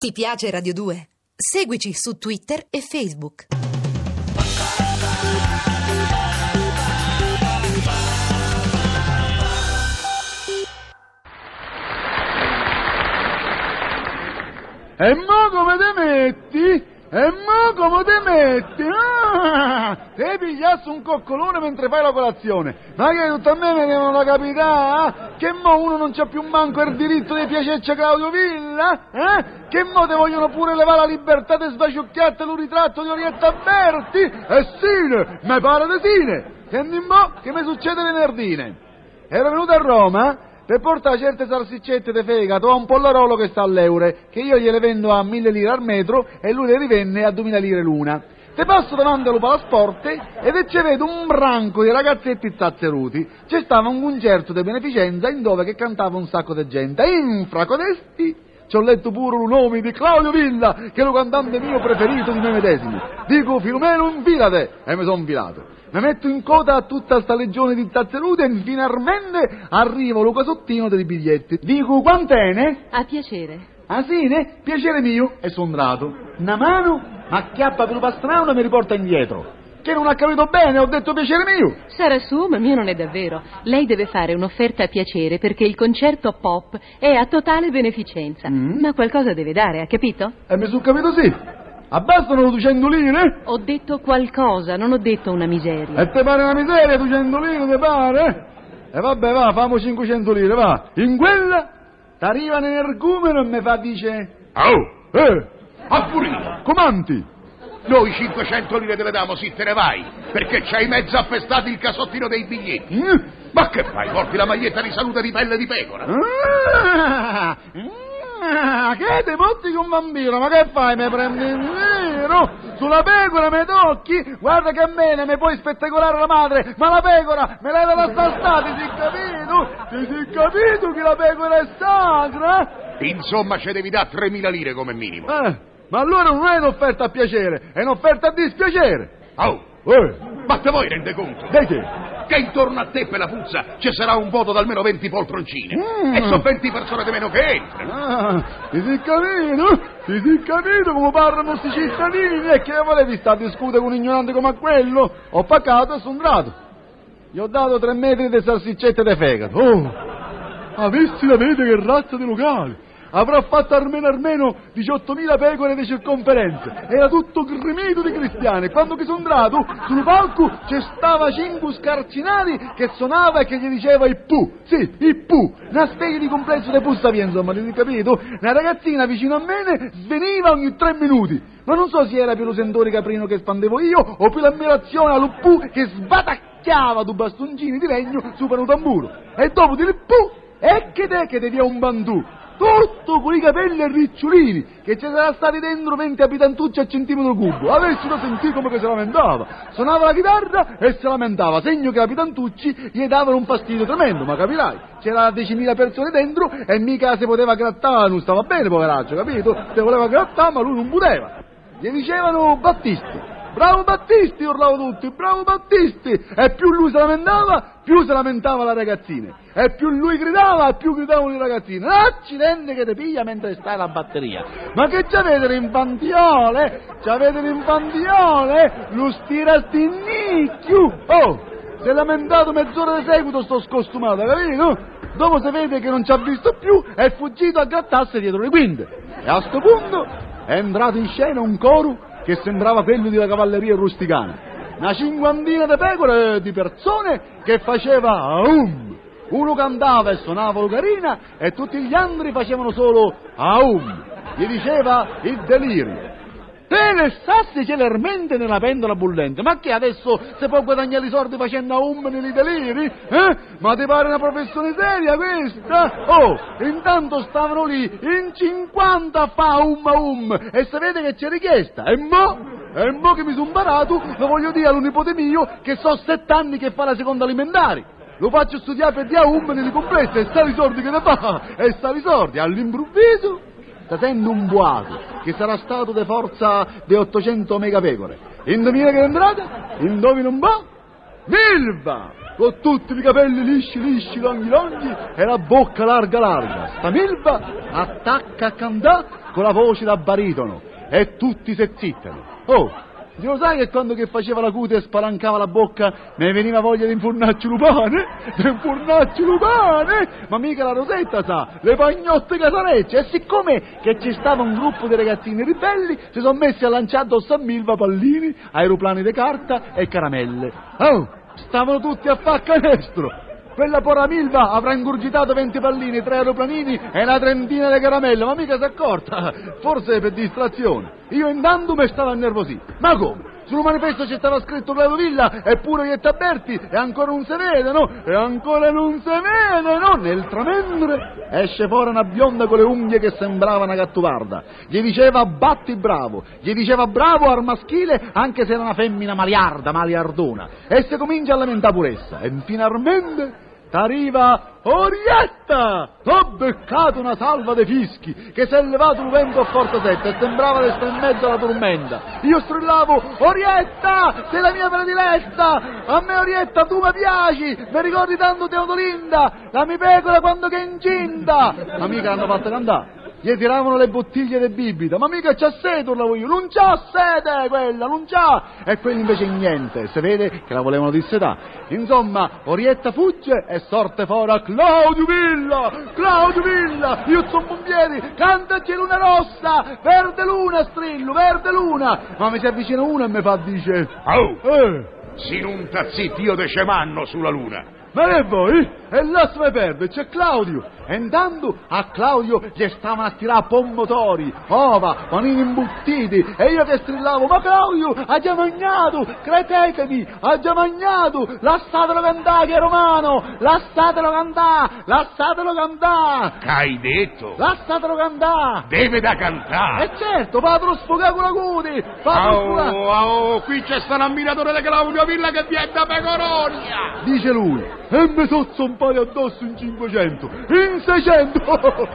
Ti piace Radio 2? Seguici su Twitter e Facebook. E mo come te metti? Te pigliassi un coccolone mentre fai la colazione. Ma che tutto a me devono la capità? Che mo uno non c'ha più manco il diritto di piacerci a Claudio Villa? Che mo te vogliono pure levare la libertà di sbaciucchiarti un ritratto di Orietta Berti? E sine, me pare di sine. Senti mo che mi succede venerdì. Ero venuto a Roma per portare certe salsiccette di fegato a un pollarolo che sta all'Eure, che io gliele vendo a 1.000 lire al metro e lui le rivende a 2.000 lire l'una. Te passo davanti allo palasporte ed ci vedo un branco di ragazzetti zazzeruti. C'è stava un concerto di beneficenza in dove che cantava un sacco di gente. Infra codesti ci ho letto pure un nome di Claudio Villa, che è lo cantante mio preferito di me medesimo. Dico, Filomeno, infilate! E mi sono infilato. Mi metto in coda a tutta sta legione di zazzeruti e finalmente arrivo Luca Sottino dei biglietti. Dico, quant'ene? A piacere. Ah sì, ne? Piacere mio. E sono andato. Una mano m'acchiappa per un pastrano e mi riporta indietro. Che non ha capito bene, ho detto piacere mio. Sarà su, ma mio non è davvero. Lei deve fare un'offerta a piacere perché il concerto pop è a totale beneficenza. Ma qualcosa deve dare, ha capito? Mi sono capito sì. Abbastano 200 lire? Ho detto qualcosa, non ho detto una miseria. E te pare una miseria 200 lire, te pare? E vabbè, va, famo 500 lire, va. In quella t'arriva un energumeno e mi fa, dice... A purino! Comanti? Noi 500 lire te le damo, sì, te ne vai, perché c'hai mezzo affestato il casottino dei biglietti. Ma che fai? Porti la maglietta di salute di pelle di pecora? Che te porti con un bambino? Ma che fai? Mi prendi in giro? Sulla pecora mi tocchi? Guarda che bene, mi puoi spettacolare la madre, ma la pecora me l'hai data sta, ti si capito? Ti si capito che la pecora è sacra? Insomma, ce devi dare 3.000 lire come minimo. Ma allora non è un'offerta a piacere, è un'offerta a dispiacere. Ma te vuoi rende conto? Di che? Che intorno a te per la puzza ci sarà un voto da almeno 20 poltroncine. E sono 20 persone di meno che entrano. Ti si capito? Ti si capito come parlano questi cittadini? E che volevi stare a discutere con un ignorante come quello? Ho paccato e sono andato. Gli ho dato 3 metri di salsiccette di fegato. Avessi la vede che razza di locale. Avrà fatto almeno 18.000 pecore di circonferenza. Era tutto gremito di cristiani. Quando che sono andato, sul palco c'è stava 5 scarcinati che suonava e che gli diceva il pu. Sì, il pu. Una specie di complesso di puzza via, insomma, ti capito? Una ragazzina vicino a me sveniva ogni 3 minuti. Ma non so se era più lo sentore caprino che spandevo io o più l'ammirazione al pu che sbatacchiava due bastoncini di legno su per un tamburo. E dopo di pu, e che te via un bandù. Tutto con i capelli a ricciolini, che ci sarà stati dentro 20 abitantucci a centimetro cubo. Avessero sentito come che si lamentava. Suonava la chitarra e si lamentava, segno che abitantucci gli davano un fastidio tremendo, ma capirai, c'era 10.000 persone dentro e mica si poteva grattare, non stava bene, poveraccio, capito? Se voleva grattare, ma lui non poteva. Gli dicevano Battisti. Bravo Battisti, urlavano tutti, bravo Battisti! E più lui si lamentava, più si lamentava la ragazzina. E più lui gridava, più gridavano le ragazzine. Accidenti che ti piglia mentre stai alla batteria. Ma che c'avete l'infantiole? C'avete l'infantiole? Lo stirastinnicchio! Si è lamentato mezz'ora di seguito, sto scostumato, capito? Dopo si vede che non ci ha visto più, è fuggito a grattarsi dietro le quinte. E a sto punto è entrato in scena un coro che sembrava quello della cavalleria rusticana. Una 50 di pecore di persone che faceva aum. Uno cantava e suonava l'ocarina e tutti gli altri facevano solo aum. Gli diceva il delirio. Te ne stassi celermente nella pentola bollente. Ma che adesso si può guadagnare i soldi facendo aum nei deliri? Ma ti pare una professione seria questa? Intanto stavano lì in 50 a fa aum e sapete che c'è richiesta. E mo che mi sono imparato, lo voglio dire all'unipote mio che so 7 anni che fa la seconda alimentare. Lo faccio studiare per di aum nei complessi e sa i soldi che ne fa. E sa i soldi all'improvviso. Sta sento un boato che sarà stato di forza di 800 megapecore. Indovina che è entrata? Indovina un po'? Milva! Con tutti i capelli lisci, longhi e la bocca larga. Sta Milva attacca a cantare con la voce da baritono, e tutti si zittano. Oh, lo sai che quando che faceva la cute e spalancava la bocca mi veniva voglia di infurnarci lupane? Ma mica la Rosetta sa, le pagnotte casarecce, e siccome che ci stava un gruppo di ragazzini ribelli, si sono messi a lanciare addosso a Milva pallini, aeroplani di carta e caramelle. Oh, stavano tutti a far canestro. Quella porra Milva avrà ingurgitato 20 pallini, 3 aeroplanini e una trentina di caramelle, ma mica si è accorta, forse per distrazione. Io intanto mi stavo a nervosire. Ma come? Sul manifesto ci stava scritto Claudio Villa, eppure Ietta Berti, e ancora non si vede, no? Nel tramendre esce fuori una bionda con le unghie che sembrava una gattuparda. Gli diceva batti bravo, gli diceva bravo al maschile, anche se era una femmina maliardona. E si comincia a lamentare pure essa. E finalmente t'arriva Orietta! Ho beccato una salva de fischi, che si è levato un vento a forza setta e sembrava di stare in mezzo alla tormenta. Io strillavo, Orietta, sei la mia prediletta! A me Orietta tu mi piaci, mi ricordi tanto Teodolinda, la mia pecora quando che è incinta! Ma mica l'hanno fatta cantare. Gli tiravano le bottiglie di bibita, ma mica c'ha sete, urlavo io, non c'ha sete quella, non c'ha! E quelli invece niente, si vede che la volevano dissetare. Insomma, Orietta fugge e sorte fuori a Claudio Villa, io sono bombieri, cantaci luna rossa, verde luna strillo, verde luna! Ma mi si avvicina uno e mi fa, dice, Si non t'azzitti, io te ce manno sulla luna. ma che voi? E là se mi perde, c'è Claudio. E intanto a Claudio gli stavano a tirare pomodori, ova, panini imbuttiti. E io che strillavo, ma Claudio, ha già mangiato, credetemi, ha già mangiato. Lasciatelo cantare che è romano, lasciatelo cantare. Che hai detto? Lasciatelo cantare. Deve da cantare. E certo, fatelo sfogare con la cuti, Qui c'è sta un ammiratore di Claudio Villa che viene da Pecoronia. Dice lui, e mi sono zompati addosso in 500, in 600,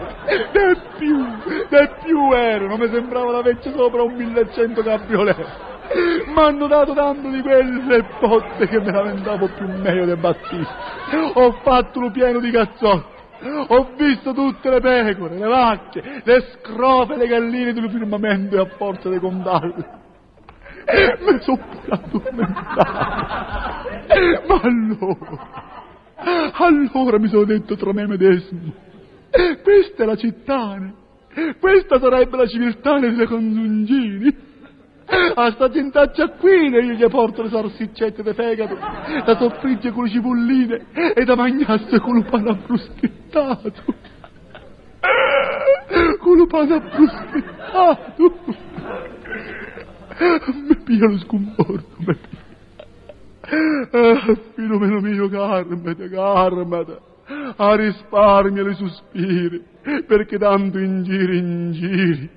de più erano, mi sembrava la vecchia sopra un 1100 cabriolet. M'hanno dato tanto di quelle botte che me la vendavo più meglio del Battista. Ho fatto lo pieno di cazzotti. Ho visto tutte le pecore, le vacche, le scrofe, le galline del firmamento e a forza di contarle mi sono pure addormentato. Ma allora mi sono detto tra me medesimo, questa è la città, questa sarebbe la civiltà delle Consungini. A sta gentaccia qui io gli porto le salsiccette di fegato, da soffriggere con le cipolline e da mangiasse con il pane abbruschettato. Mi pia lo sconforto, mi pia. Filomeno mio, carmete, a risparmia le sospiri, perché tanto in giri,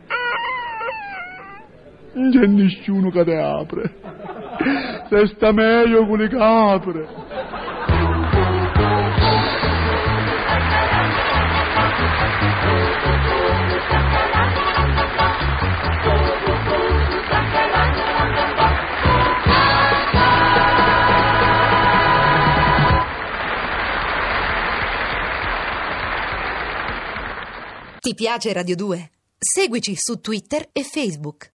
non c'è nessuno che te apre, se sta meglio con le capre. Ti piace Radio 2? Seguici su Twitter e Facebook.